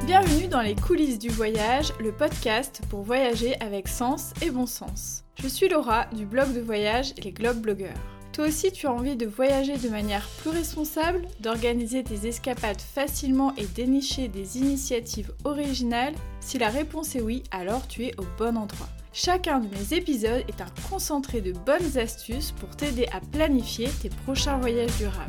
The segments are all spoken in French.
Bienvenue dans les coulisses du voyage, le podcast pour voyager avec sens et bon sens. Je suis Laura du blog de voyage Les Globe Blogueurs. Toi aussi tu as envie de voyager de manière plus responsable, d'organiser tes escapades facilement et dénicher des initiatives originales? Si la réponse est oui, alors tu es au bon endroit. Chacun de mes épisodes est un concentré de bonnes astuces pour t'aider à planifier tes prochains voyages durables.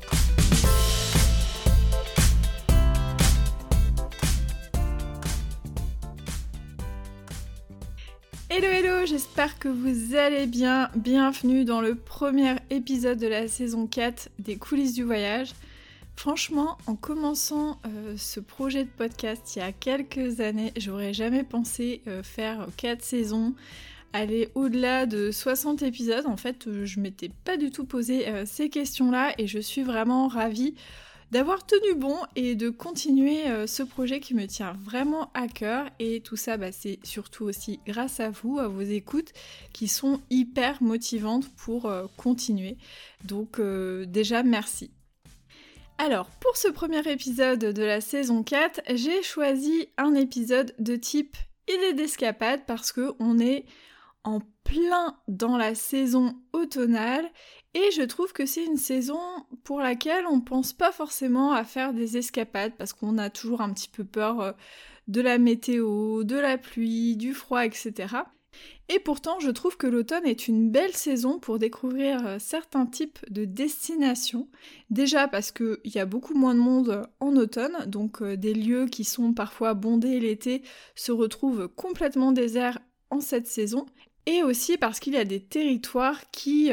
Hello, j'espère que vous allez bien. Bienvenue dans le premier épisode de la saison 4 des coulisses du voyage. Franchement, en commençant ce projet de podcast il y a quelques années, j'aurais jamais pensé faire 4 saisons, aller au-delà de 60 épisodes. En fait, je m'étais pas du tout posé ces questions-là et je suis vraiment ravie d'avoir tenu bon et de continuer ce projet qui me tient vraiment à cœur. Et tout ça, c'est surtout aussi grâce à vous, à vos écoutes qui sont hyper motivantes pour continuer. Donc déjà, merci. Alors, pour ce premier épisode de la saison 4, j'ai choisi un épisode de type idée d'escapade parce qu'on est en plein dans la saison automnale et je trouve que c'est une saison pour laquelle on pense pas forcément à faire des escapades parce qu'on a toujours un petit peu peur de la météo, de la pluie, du froid, etc. Et pourtant, je trouve que l'automne est une belle saison pour découvrir certains types de destinations. Déjà parce qu'il y a beaucoup moins de monde en automne, donc des lieux qui sont parfois bondés l'été se retrouvent complètement déserts en cette saison. Et aussi parce qu'il y a des territoires qui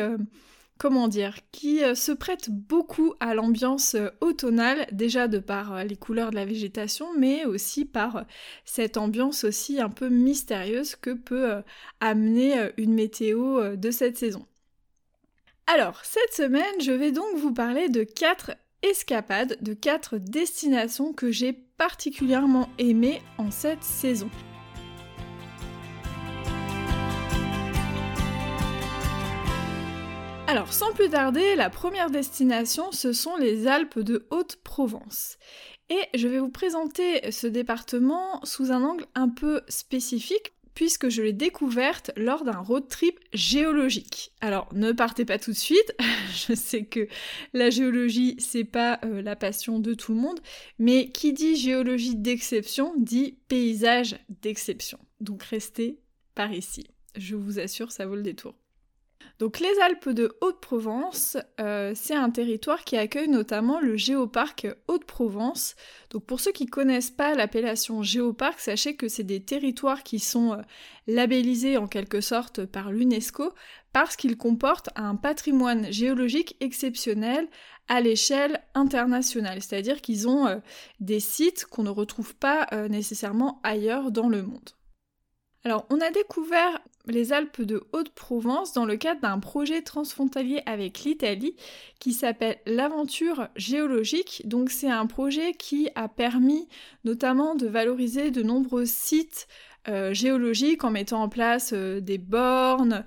se prêtent beaucoup à l'ambiance automnale, déjà de par les couleurs de la végétation, mais aussi par cette ambiance aussi un peu mystérieuse que peut amener une météo de cette saison. Alors, cette semaine, je vais donc vous parler de 4 escapades, de 4 destinations que j'ai particulièrement aimées en cette saison. Alors, sans plus tarder, la première destination, ce sont les Alpes de Haute-Provence. Et je vais vous présenter ce département sous un angle un peu spécifique, puisque je l'ai découverte lors d'un road trip géologique. Alors, ne partez pas tout de suite, je sais que la géologie, c'est pas la passion de tout le monde, mais qui dit géologie d'exception, dit paysage d'exception. Donc restez par ici, je vous assure, ça vaut le détour. Donc les Alpes de Haute-Provence, c'est un territoire qui accueille notamment le Géoparc Haute-Provence. Donc pour ceux qui ne connaissent pas l'appellation Géoparc, sachez que c'est des territoires qui sont labellisés en quelque sorte par l'UNESCO parce qu'ils comportent un patrimoine géologique exceptionnel à l'échelle internationale. C'est-à-dire qu'ils ont des sites qu'on ne retrouve pas nécessairement ailleurs dans le monde. Alors, on a découvert les Alpes de Haute-Provence dans le cadre d'un projet transfrontalier avec l'Italie qui s'appelle l'Aventure géologique. Donc, c'est un projet qui a permis notamment de valoriser de nombreux sites géologiques en mettant en place des bornes,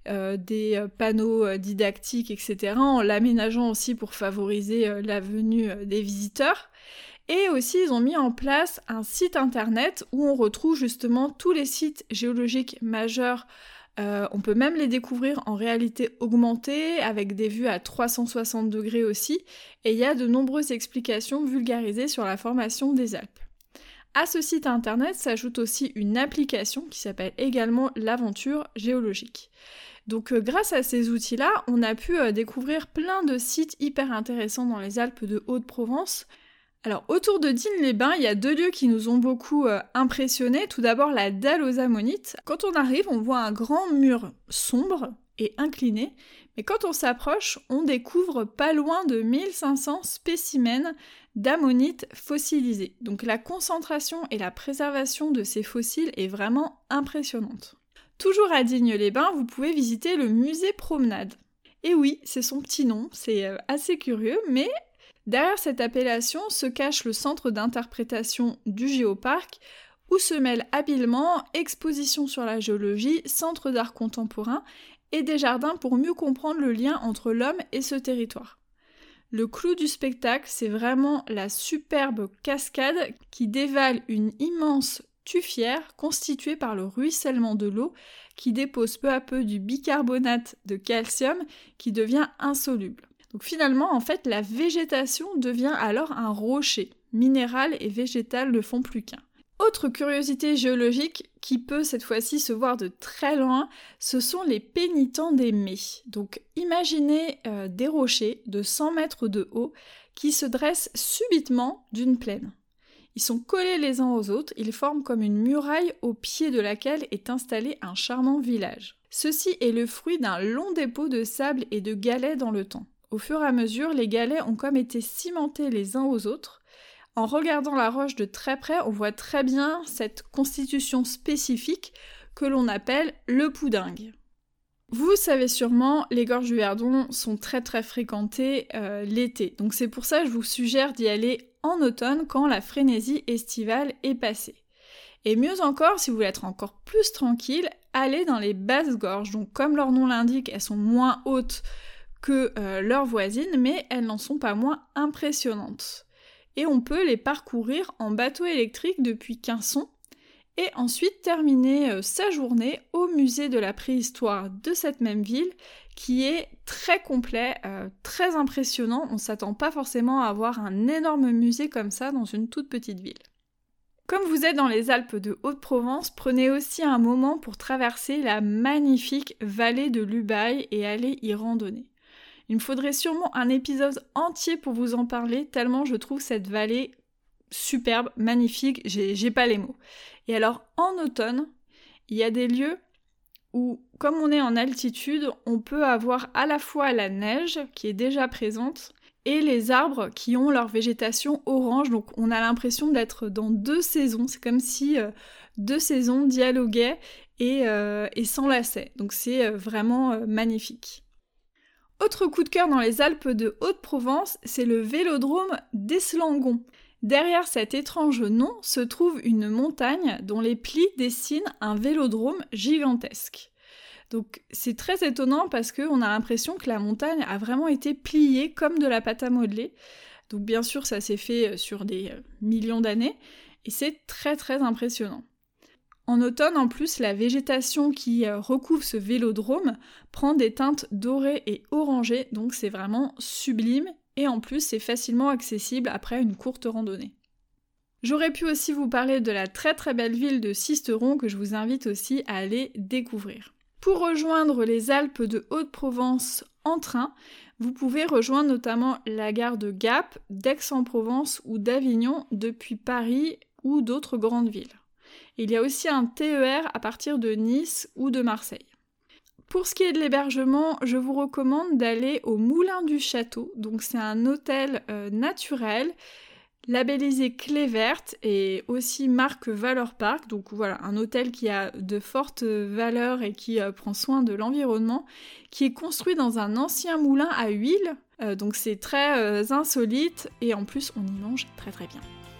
des panneaux didactiques, etc., en l'aménageant aussi pour favoriser la venue des visiteurs. Et aussi, ils ont mis en place un site internet où on retrouve justement tous les sites géologiques majeurs. On peut même les découvrir en réalité augmentée, avec des vues à 360 degrés aussi. Et il y a de nombreuses explications vulgarisées sur la formation des Alpes. À ce site internet s'ajoute aussi une application qui s'appelle également l'Aventure géologique. Donc grâce à ces outils-là, on a pu découvrir plein de sites hyper intéressants dans les Alpes de Haute-Provence. Alors, autour de Digne-les-Bains, il y a 2 lieux qui nous ont beaucoup impressionnés. Tout d'abord, la dalle aux ammonites. Quand on arrive, on voit un grand mur sombre et incliné, mais quand on s'approche, on découvre pas loin de 1500 spécimens d'ammonites fossilisés. Donc la concentration et la préservation de ces fossiles est vraiment impressionnante. Toujours à Digne-les-Bains, vous pouvez visiter le musée Promenade. Et oui, c'est son petit nom, c'est assez curieux, mais derrière cette appellation se cache le centre d'interprétation du Géoparc, où se mêlent habilement exposition sur la géologie, centre d'art contemporain et des jardins pour mieux comprendre le lien entre l'homme et ce territoire. Le clou du spectacle, c'est vraiment la superbe cascade qui dévale une immense tuffière constituée par le ruissellement de l'eau qui dépose peu à peu du bicarbonate de calcium qui devient insoluble. Donc finalement, en fait, la végétation devient alors un rocher. Minéral et végétal ne font plus qu'un. Autre curiosité géologique qui peut cette fois-ci se voir de très loin, ce sont les pénitents des mets. Donc imaginez des rochers de 100 mètres de haut qui se dressent subitement d'une plaine. Ils sont collés les uns aux autres, ils forment comme une muraille au pied de laquelle est installé un charmant village. Ceci est le fruit d'un long dépôt de sable et de galets dans le temps. Au fur et à mesure, les galets ont comme été cimentés les uns aux autres. En regardant la roche de très près, on voit très bien cette constitution spécifique que l'on appelle le poudingue. Vous savez sûrement, les gorges du Verdon sont très très fréquentées l'été. Donc c'est pour ça que je vous suggère d'y aller en automne quand la frénésie estivale est passée. Et mieux encore, si vous voulez être encore plus tranquille, allez dans les basses gorges. Donc comme leur nom l'indique, elles sont moins hautes que leurs voisines, mais elles n'en sont pas moins impressionnantes. Et on peut les parcourir en bateau électrique depuis Quinçon, et ensuite terminer sa journée au musée de la préhistoire de cette même ville, qui est très complet, très impressionnant. On ne s'attend pas forcément à avoir un énorme musée comme ça dans une toute petite ville. Comme vous êtes dans les Alpes de Haute-Provence, prenez aussi un moment pour traverser la magnifique vallée de l'Ubaye et aller y randonner. Il me faudrait sûrement un épisode entier pour vous en parler, tellement je trouve cette vallée superbe, magnifique, j'ai pas les mots. Et alors, en automne, il y a des lieux où, comme on est en altitude, on peut avoir à la fois la neige qui est déjà présente et les arbres qui ont leur végétation orange. Donc on a l'impression d'être dans deux saisons. C'est comme si deux saisons dialoguaient et s'enlaçaient. Donc c'est vraiment magnifique. Autre coup de cœur dans les Alpes de Haute-Provence, c'est le vélodrome d'Eslangon. Derrière cet étrange nom se trouve une montagne dont les plis dessinent un vélodrome gigantesque. Donc c'est très étonnant parce qu'on a l'impression que la montagne a vraiment été pliée comme de la pâte à modeler. Donc bien sûr ça s'est fait sur des millions d'années et c'est très très impressionnant. En automne, en plus, la végétation qui recouvre ce vélodrome prend des teintes dorées et orangées, donc c'est vraiment sublime, et en plus c'est facilement accessible après une courte randonnée. J'aurais pu aussi vous parler de la très très belle ville de Sisteron que je vous invite aussi à aller découvrir. Pour rejoindre les Alpes de Haute-Provence en train, vous pouvez rejoindre notamment la gare de Gap, d'Aix-en-Provence ou d'Avignon depuis Paris ou d'autres grandes villes. Il y a aussi un TER à partir de Nice ou de Marseille. Pour ce qui est de l'hébergement, je vous recommande d'aller au Moulin du Château. Donc c'est un hôtel naturel, labellisé Clé Verte et aussi marque Valeur Parc. Donc voilà, un hôtel qui a de fortes valeurs et qui prend soin de l'environnement, qui est construit dans un ancien moulin à huile. Donc c'est très insolite et en plus on y mange très très bien.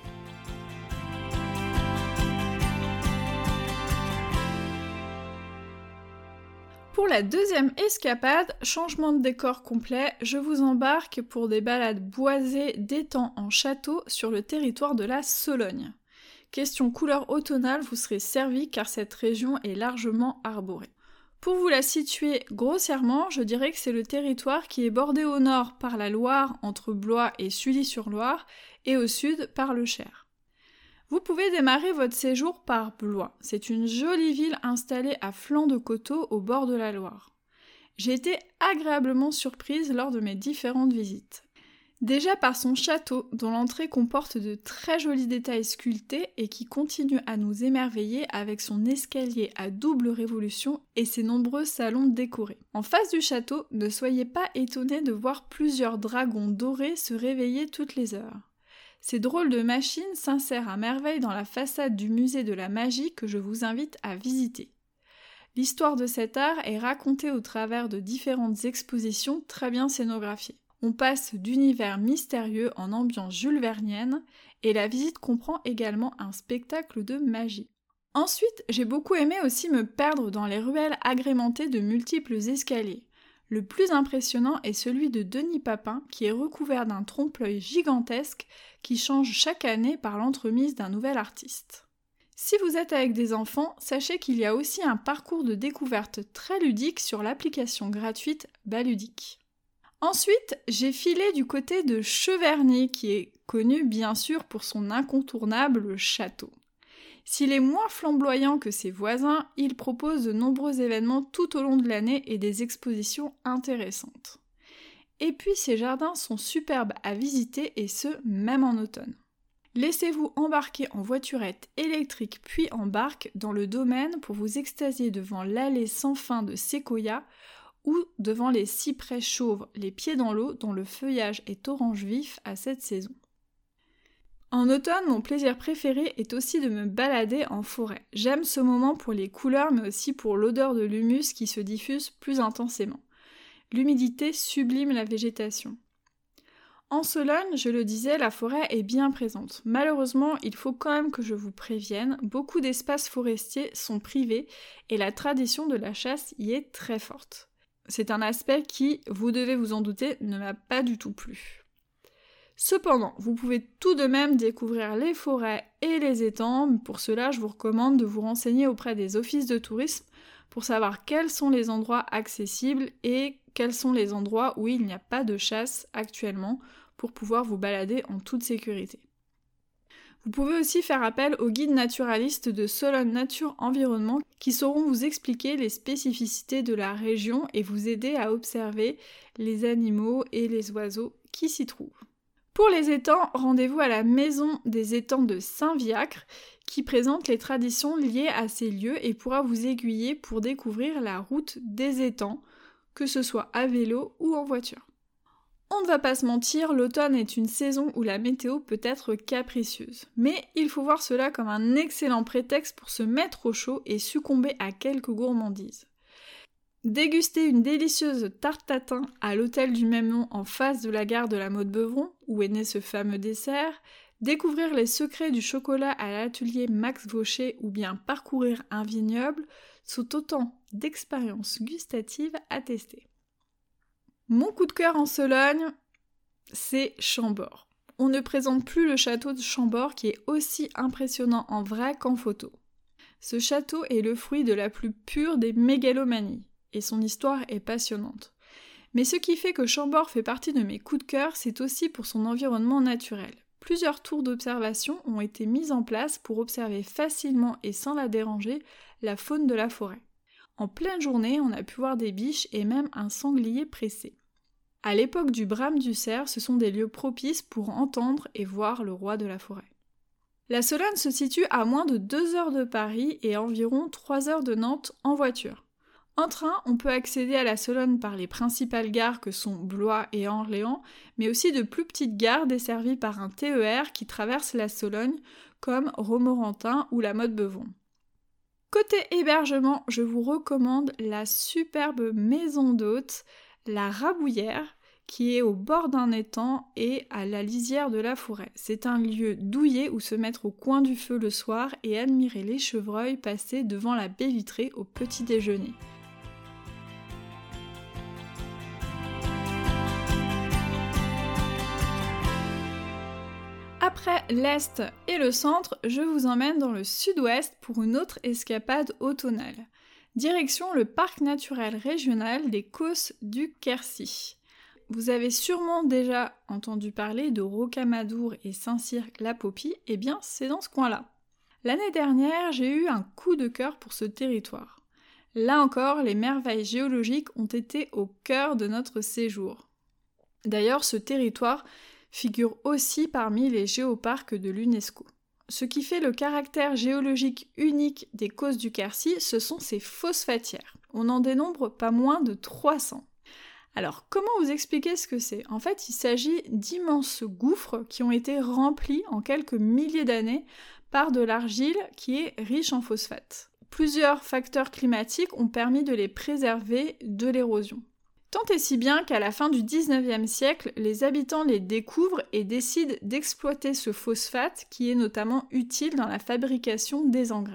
Pour la deuxième escapade, changement de décor complet, je vous embarque pour des balades boisées d'étangs en château sur le territoire de la Sologne. Question couleur automnale, vous serez servi car cette région est largement arborée. Pour vous la situer grossièrement, je dirais que c'est le territoire qui est bordé au nord par la Loire entre Blois et Sully-sur-Loire et au sud par le Cher. Vous pouvez démarrer votre séjour par Blois. C'est une jolie ville installée à flanc de coteau au bord de la Loire. J'ai été agréablement surprise lors de mes différentes visites. Déjà par son château, dont l'entrée comporte de très jolis détails sculptés et qui continue à nous émerveiller avec son escalier à double révolution et ses nombreux salons décorés. En face du château, ne soyez pas étonnés de voir plusieurs dragons dorés se réveiller toutes les heures. Ces drôles de machines s'insèrent à merveille dans la façade du musée de la magie que je vous invite à visiter. L'histoire de cet art est racontée au travers de différentes expositions très bien scénographiées. On passe d'univers mystérieux en ambiance jules-vernienne et la visite comprend également un spectacle de magie. Ensuite, j'ai beaucoup aimé aussi me perdre dans les ruelles agrémentées de multiples escaliers. Le plus impressionnant est celui de Denis Papin, qui est recouvert d'un trompe-l'œil gigantesque qui change chaque année par l'entremise d'un nouvel artiste. Si vous êtes avec des enfants, sachez qu'il y a aussi un parcours de découverte très ludique sur l'application gratuite Baludique. Ensuite, j'ai filé du côté de Cheverny, qui est connu bien sûr pour son incontournable château. S'il est moins flamboyant que ses voisins, il propose de nombreux événements tout au long de l'année et des expositions intéressantes. Et puis ses jardins sont superbes à visiter et ce, même en automne. Laissez-vous embarquer en voiturette électrique puis en barque dans le domaine pour vous extasier devant l'allée sans fin de séquoias ou devant les cyprès chauves, les pieds dans l'eau dont le feuillage est orange vif à cette saison. En automne, mon plaisir préféré est aussi de me balader en forêt. J'aime ce moment pour les couleurs mais aussi pour l'odeur de l'humus qui se diffuse plus intensément. L'humidité sublime la végétation. En Sologne, je le disais, la forêt est bien présente. Malheureusement, il faut quand même que je vous prévienne, beaucoup d'espaces forestiers sont privés et la tradition de la chasse y est très forte. C'est un aspect qui, vous devez vous en douter, ne m'a pas du tout plu. Cependant, vous pouvez tout de même découvrir les forêts et les étangs. Pour cela, je vous recommande de vous renseigner auprès des offices de tourisme pour savoir quels sont les endroits accessibles et quels sont les endroits où il n'y a pas de chasse actuellement pour pouvoir vous balader en toute sécurité. Vous pouvez aussi faire appel aux guides naturalistes de Sologne Nature Environnement qui sauront vous expliquer les spécificités de la région et vous aider à observer les animaux et les oiseaux qui s'y trouvent. Pour les étangs, rendez-vous à la maison des étangs de Saint-Viacre qui présente les traditions liées à ces lieux et pourra vous aiguiller pour découvrir la route des étangs, que ce soit à vélo ou en voiture. On ne va pas se mentir, l'automne est une saison où la météo peut être capricieuse. Mais il faut voir cela comme un excellent prétexte pour se mettre au chaud et succomber à quelques gourmandises. Déguster une délicieuse tarte tatin à l'hôtel du même nom en face de la gare de la Motte-Beuvron, où est né ce fameux dessert, découvrir les secrets du chocolat à l'atelier Max Vaucher ou bien parcourir un vignoble sont autant d'expériences gustatives à tester. Mon coup de cœur en Sologne, c'est Chambord. On ne présente plus le château de Chambord qui est aussi impressionnant en vrai qu'en photo. Ce château est le fruit de la plus pure des mégalomanies, et son histoire est passionnante. Mais ce qui fait que Chambord fait partie de mes coups de cœur, c'est aussi pour son environnement naturel. Plusieurs tours d'observation ont été mis en place pour observer facilement et sans la déranger la faune de la forêt. En pleine journée, on a pu voir des biches et même un sanglier pressé. À l'époque du brame du cerf, ce sont des lieux propices pour entendre et voir le roi de la forêt. La Sologne se situe à moins de 2 heures de Paris et à environ 3 heures de Nantes en voiture. En train, on peut accéder à la Sologne par les principales gares que sont Blois et Orléans, mais aussi de plus petites gares desservies par un TER qui traverse la Sologne, comme Romorantin ou la Motte-Beuvron. Côté hébergement, je vous recommande la superbe maison d'hôtes, la Rabouillère, qui est au bord d'un étang et à la lisière de la forêt. C'est un lieu douillet où se mettre au coin du feu le soir et admirer les chevreuils passer devant la baie vitrée au petit déjeuner. Après l'Est et le Centre, je vous emmène dans le Sud-Ouest pour une autre escapade automnale. Direction le parc naturel régional des Causses du Quercy. Vous avez sûrement déjà entendu parler de Rocamadour et Saint-Cyr-la-Popie, eh bien c'est dans ce coin-là. L'année dernière, j'ai eu un coup de cœur pour ce territoire. Là encore, les merveilles géologiques ont été au cœur de notre séjour. D'ailleurs, ce territoire figure aussi parmi les géoparcs de l'UNESCO. Ce qui fait le caractère géologique unique des Causses du Quercy, ce sont ces phosphatières. On en dénombre pas moins de 300. Alors, comment vous expliquer ce que c'est ? En fait, il s'agit d'immenses gouffres qui ont été remplis en quelques milliers d'années par de l'argile qui est riche en phosphate. Plusieurs facteurs climatiques ont permis de les préserver de l'érosion. Tant et si bien qu'à la fin du 19e siècle, les habitants les découvrent et décident d'exploiter ce phosphate qui est notamment utile dans la fabrication des engrais.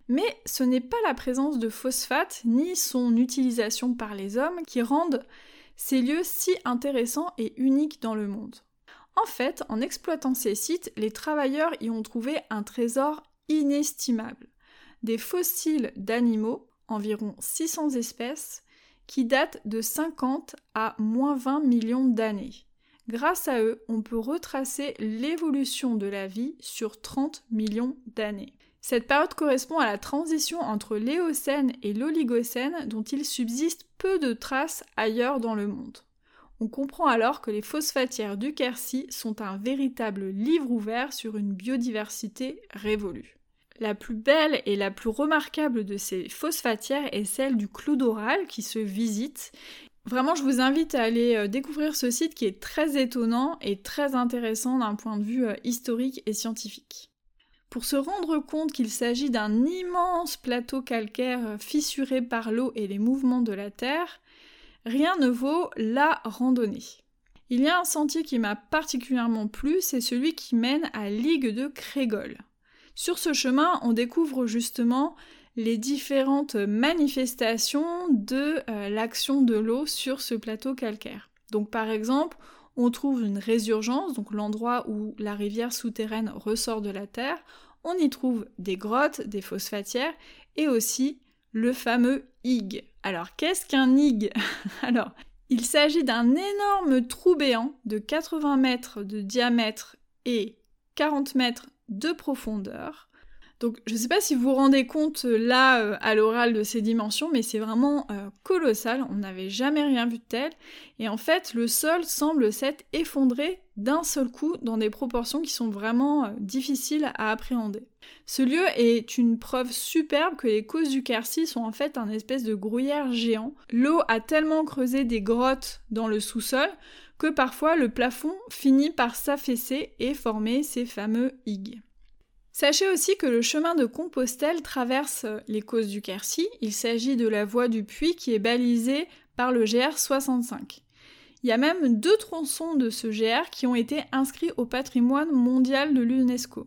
Mais ce n'est pas la présence de phosphate ni son utilisation par les hommes qui rendent ces lieux si intéressants et uniques dans le monde. En fait, en exploitant ces sites, les travailleurs y ont trouvé un trésor inestimable. Des fossiles d'animaux, environ 600 espèces, qui datent de 50 à moins 20 millions d'années. Grâce à eux, on peut retracer l'évolution de la vie sur 30 millions d'années. Cette période correspond à la transition entre l'Éocène et l'Oligocène dont il subsiste peu de traces ailleurs dans le monde. On comprend alors que les phosphatières du Quercy sont un véritable livre ouvert sur une biodiversité révolue. La plus belle et la plus remarquable de ces phosphatières est celle du Clos d'Aural qui se visite. Vraiment, je vous invite à aller découvrir ce site qui est très étonnant et très intéressant d'un point de vue historique et scientifique. Pour se rendre compte qu'il s'agit d'un immense plateau calcaire fissuré par l'eau et les mouvements de la Terre, rien ne vaut la randonnée. Il y a un sentier qui m'a particulièrement plu, c'est celui qui mène à l'Igue de Crégol. Sur ce chemin, on découvre justement les différentes manifestations de l'action de l'eau sur ce plateau calcaire. Donc par exemple, on trouve une résurgence, donc l'endroit où la rivière souterraine ressort de la terre, on y trouve des grottes, des phosphatières et aussi le fameux ig. Alors qu'est-ce qu'un ig? Alors, il s'agit d'un énorme trou béant de 80 mètres de diamètre et 40 mètres de profondeur. Donc je ne sais pas si vous vous rendez compte là à l'oral de ces dimensions, mais c'est vraiment colossal, on n'avait jamais rien vu de tel. Et en fait, le sol semble s'être effondré d'un seul coup dans des proportions qui sont vraiment difficiles à appréhender. Ce lieu est une preuve superbe que les causses du Quercy sont en fait un espèce de gruyère géant. L'eau a tellement creusé des grottes dans le sous-sol que parfois le plafond finit par s'affaisser et former ces fameux igues. Sachez aussi que le chemin de Compostelle traverse les causses du Quercy. Il s'agit de la voie du Puy qui est balisée par le GR 65. Il y a même 2 tronçons de ce GR qui ont été inscrits au patrimoine mondial de l'UNESCO.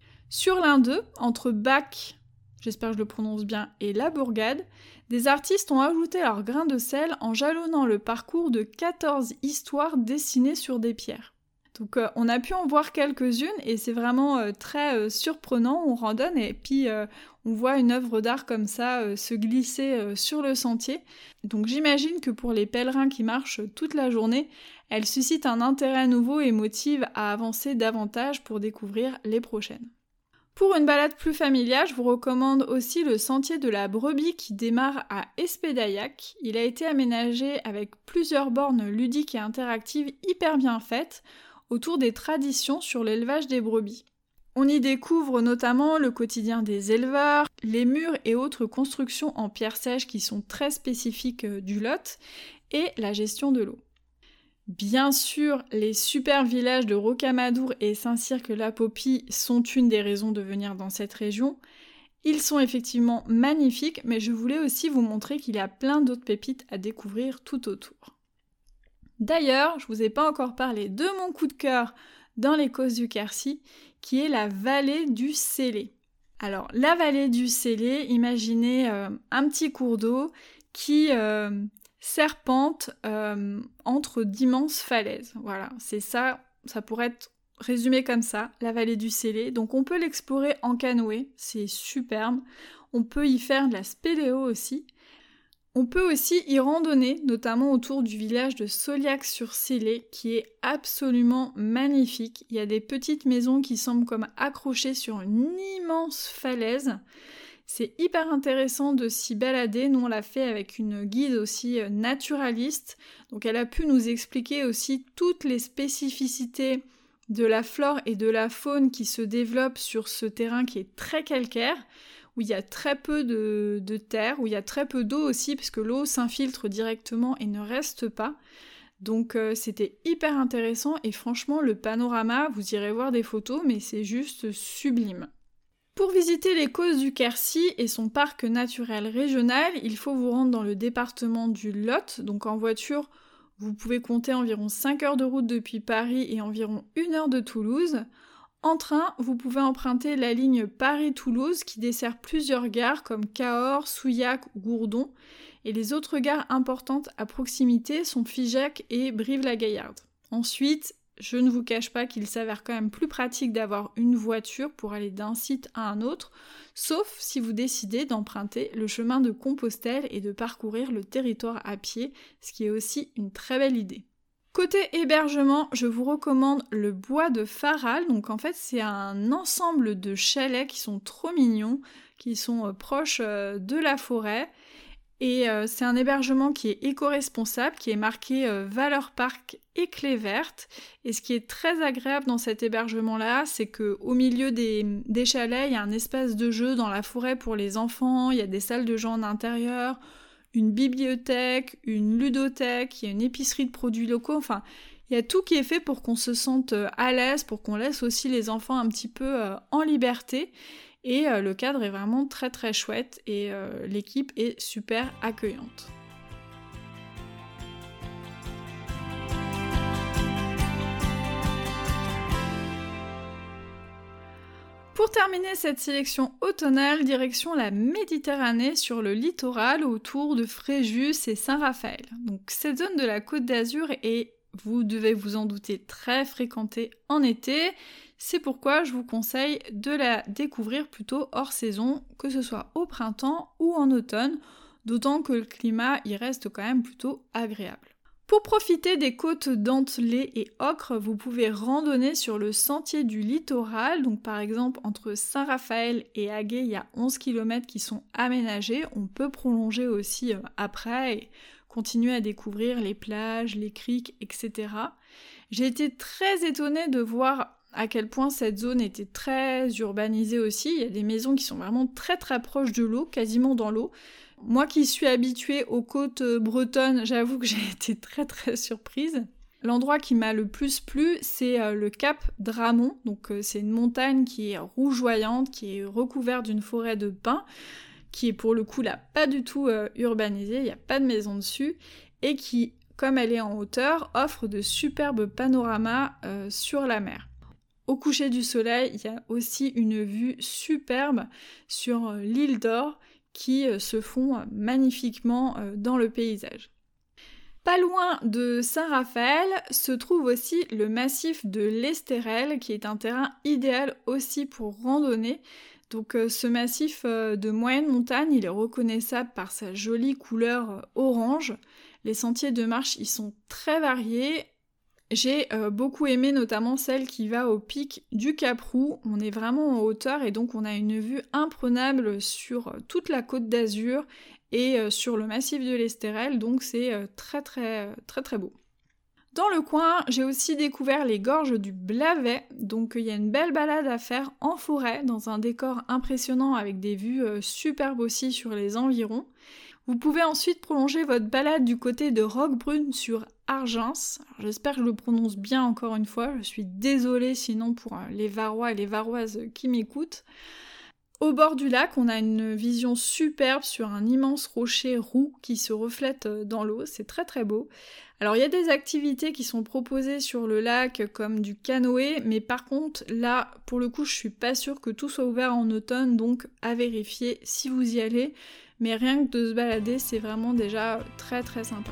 Sur l'un d'eux, entre Bac, j'espère que je le prononce bien, et La Bourgade, des artistes ont ajouté leur grain de sel en jalonnant le parcours de 14 histoires dessinées sur des pierres. Donc on a pu en voir quelques-unes et c'est vraiment très surprenant, on randonne et puis on voit une œuvre d'art comme ça se glisser sur le sentier. Donc j'imagine que pour les pèlerins qui marchent toute la journée, elle suscite un intérêt nouveau et motive à avancer davantage pour découvrir les prochaines. Pour une balade plus familiale, je vous recommande aussi le sentier de la Brebis qui démarre à Espédaillac. Il a été aménagé avec plusieurs bornes ludiques et interactives hyper bien faites autour des traditions sur l'élevage des brebis. On y découvre notamment le quotidien des éleveurs, les murs et autres constructions en pierre sèche qui sont très spécifiques du Lot, et la gestion de l'eau. Bien sûr, les super villages de Rocamadour et Saint-Cirque-la-Popie sont une des raisons de venir dans cette région. Ils sont effectivement magnifiques, mais je voulais aussi vous montrer qu'il y a plein d'autres pépites à découvrir tout autour. D'ailleurs, je ne vous ai pas encore parlé de mon coup de cœur dans les causses du Quercy, qui est la vallée du Célé. Alors, la vallée du Célé, imaginez un petit cours d'eau qui serpente entre d'immenses falaises. Voilà, c'est ça, ça pourrait être résumé comme ça, la vallée du Célé. Donc on peut l'explorer en canoë, c'est superbe. On peut y faire de la spéléo aussi. On peut aussi y randonner, notamment autour du village de Sauliac-sur-Célé, qui est absolument magnifique. Il y a des petites maisons qui semblent comme accrochées sur une immense falaise. C'est hyper intéressant de s'y balader. Nous, on l'a fait avec une guide aussi naturaliste. Donc, elle a pu nous expliquer aussi toutes les spécificités de la flore et de la faune qui se développent sur ce terrain qui est très calcaire, où il y a très peu de terre, où il y a très peu d'eau aussi, parce que l'eau s'infiltre directement et ne reste pas. Donc c'était hyper intéressant et franchement le panorama, vous irez voir des photos, mais c'est juste sublime. Pour visiter les causses du Quercy et son parc naturel régional, il faut vous rendre dans le département du Lot, donc en voiture, vous pouvez compter environ 5 heures de route depuis Paris et environ 1 heure de Toulouse. En train, vous pouvez emprunter la ligne Paris-Toulouse qui dessert plusieurs gares comme Cahors, Souillac ou Gourdon. Et les autres gares importantes à proximité sont Figeac et Brive-la-Gaillarde. Ensuite, je ne vous cache pas qu'il s'avère quand même plus pratique d'avoir une voiture pour aller d'un site à un autre, sauf si vous décidez d'emprunter le chemin de Compostelle et de parcourir le territoire à pied, ce qui est aussi une très belle idée. Côté hébergement, je vous recommande le bois de Faral. Donc en fait, c'est un ensemble de chalets qui sont trop mignons, qui sont proches de la forêt. Et c'est un hébergement qui est éco-responsable, qui est marqué Valeur Parc et Clé Verte. Et ce qui est très agréable dans cet hébergement-là, c'est qu'au milieu des chalets, il y a un espace de jeu dans la forêt pour les enfants, il y a des salles de jeu en intérieur, une bibliothèque, une ludothèque, il y a une épicerie de produits locaux, enfin, il y a tout qui est fait pour qu'on se sente à l'aise, pour qu'on laisse aussi les enfants un petit peu en liberté. Et le cadre est vraiment très très chouette et l'équipe est super accueillante. Pour terminer cette sélection automnale, direction la Méditerranée sur le littoral autour de Fréjus et Saint-Raphaël. Donc cette zone de la Côte d'Azur est, vous devez vous en douter, très fréquentée en été. C'est pourquoi je vous conseille de la découvrir plutôt hors saison, que ce soit au printemps ou en automne, d'autant que le climat y reste quand même plutôt agréable. Pour profiter des côtes dentelées et ocre, vous pouvez randonner sur le sentier du littoral. Donc par exemple, entre Saint-Raphaël et Aguet, il y a 11 km qui sont aménagés. On peut prolonger aussi après et continuer à découvrir les plages, les criques, etc. J'ai été très étonnée de voir à quel point cette zone était très urbanisée aussi. Il y a des maisons qui sont vraiment très très proches de l'eau, quasiment dans l'eau. Moi qui suis habituée aux côtes bretonnes, j'avoue que j'ai été très très surprise. L'endroit qui m'a le plus plu, c'est le cap Dramont. Donc c'est une montagne qui est rougeoyante, qui est recouverte d'une forêt de pins, qui est pour le coup là pas du tout urbanisée, il n'y a pas de maison dessus, et qui, comme elle est en hauteur, offre de superbes panoramas sur la mer. Au coucher du soleil, il y a aussi une vue superbe sur l'île d'Or qui se fond magnifiquement dans le paysage. Pas loin de Saint-Raphaël se trouve aussi le massif de l'Estérel qui est un terrain idéal aussi pour randonner. Donc ce massif de moyenne montagne, il est reconnaissable par sa jolie couleur orange. Les sentiers de marche y sont très variés. J'ai beaucoup aimé notamment celle qui va au pic du Cap-Roux. On est vraiment en hauteur et donc on a une vue imprenable sur toute la Côte d'Azur et sur le massif de l'Estérel, donc c'est très très très très beau. Dans le coin, j'ai aussi découvert les gorges du Blavet, donc il y a une belle balade à faire en forêt dans un décor impressionnant avec des vues superbes aussi sur les environs. Vous pouvez ensuite prolonger votre balade du côté de Roquebrune sur Argens. Alors, j'espère que je le prononce bien encore une fois, je suis désolée sinon pour les Varois et les Varoises qui m'écoutent. Au bord du lac, on a une vision superbe sur un immense rocher roux qui se reflète dans l'eau, c'est très très beau. Alors il y a des activités qui sont proposées sur le lac comme du canoë, mais par contre là, pour le coup, je suis pas sûre que tout soit ouvert en automne, donc à vérifier si vous y allez. Mais rien que de se balader, c'est vraiment déjà très très sympa.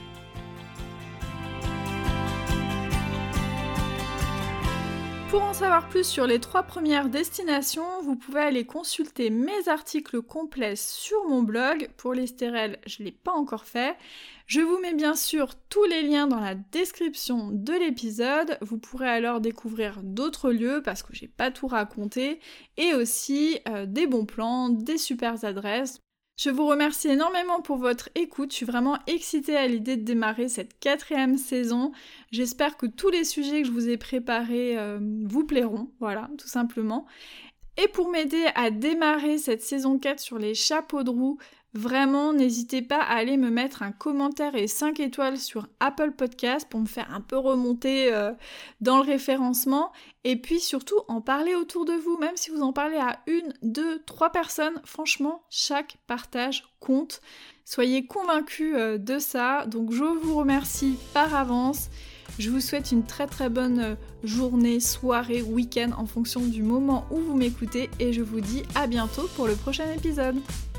Pour en savoir plus sur les 3 premières destinations, vous pouvez aller consulter mes articles complets sur mon blog. Pour l'Estérel, je ne l'ai pas encore fait. Je vous mets bien sûr tous les liens dans la description de l'épisode. Vous pourrez alors découvrir d'autres lieux parce que j'ai pas tout raconté et aussi des bons plans, des super adresses. Je vous remercie énormément pour votre écoute, je suis vraiment excitée à l'idée de démarrer cette 4e saison. J'espère que tous les sujets que je vous ai préparés vous plairont, voilà, tout simplement. Et pour m'aider à démarrer cette saison 4 sur les chapeaux de roue, vraiment, n'hésitez pas à aller me mettre un commentaire et 5 étoiles sur Apple Podcast pour me faire un peu remonter dans le référencement. Et puis surtout, en parler autour de vous, même si vous en parlez à 1, 2, 3 personnes, franchement, chaque partage compte. Soyez convaincus de ça. Donc je vous remercie par avance. Je vous souhaite une très très bonne journée, soirée, week-end en fonction du moment où vous m'écoutez et je vous dis à bientôt pour le prochain épisode.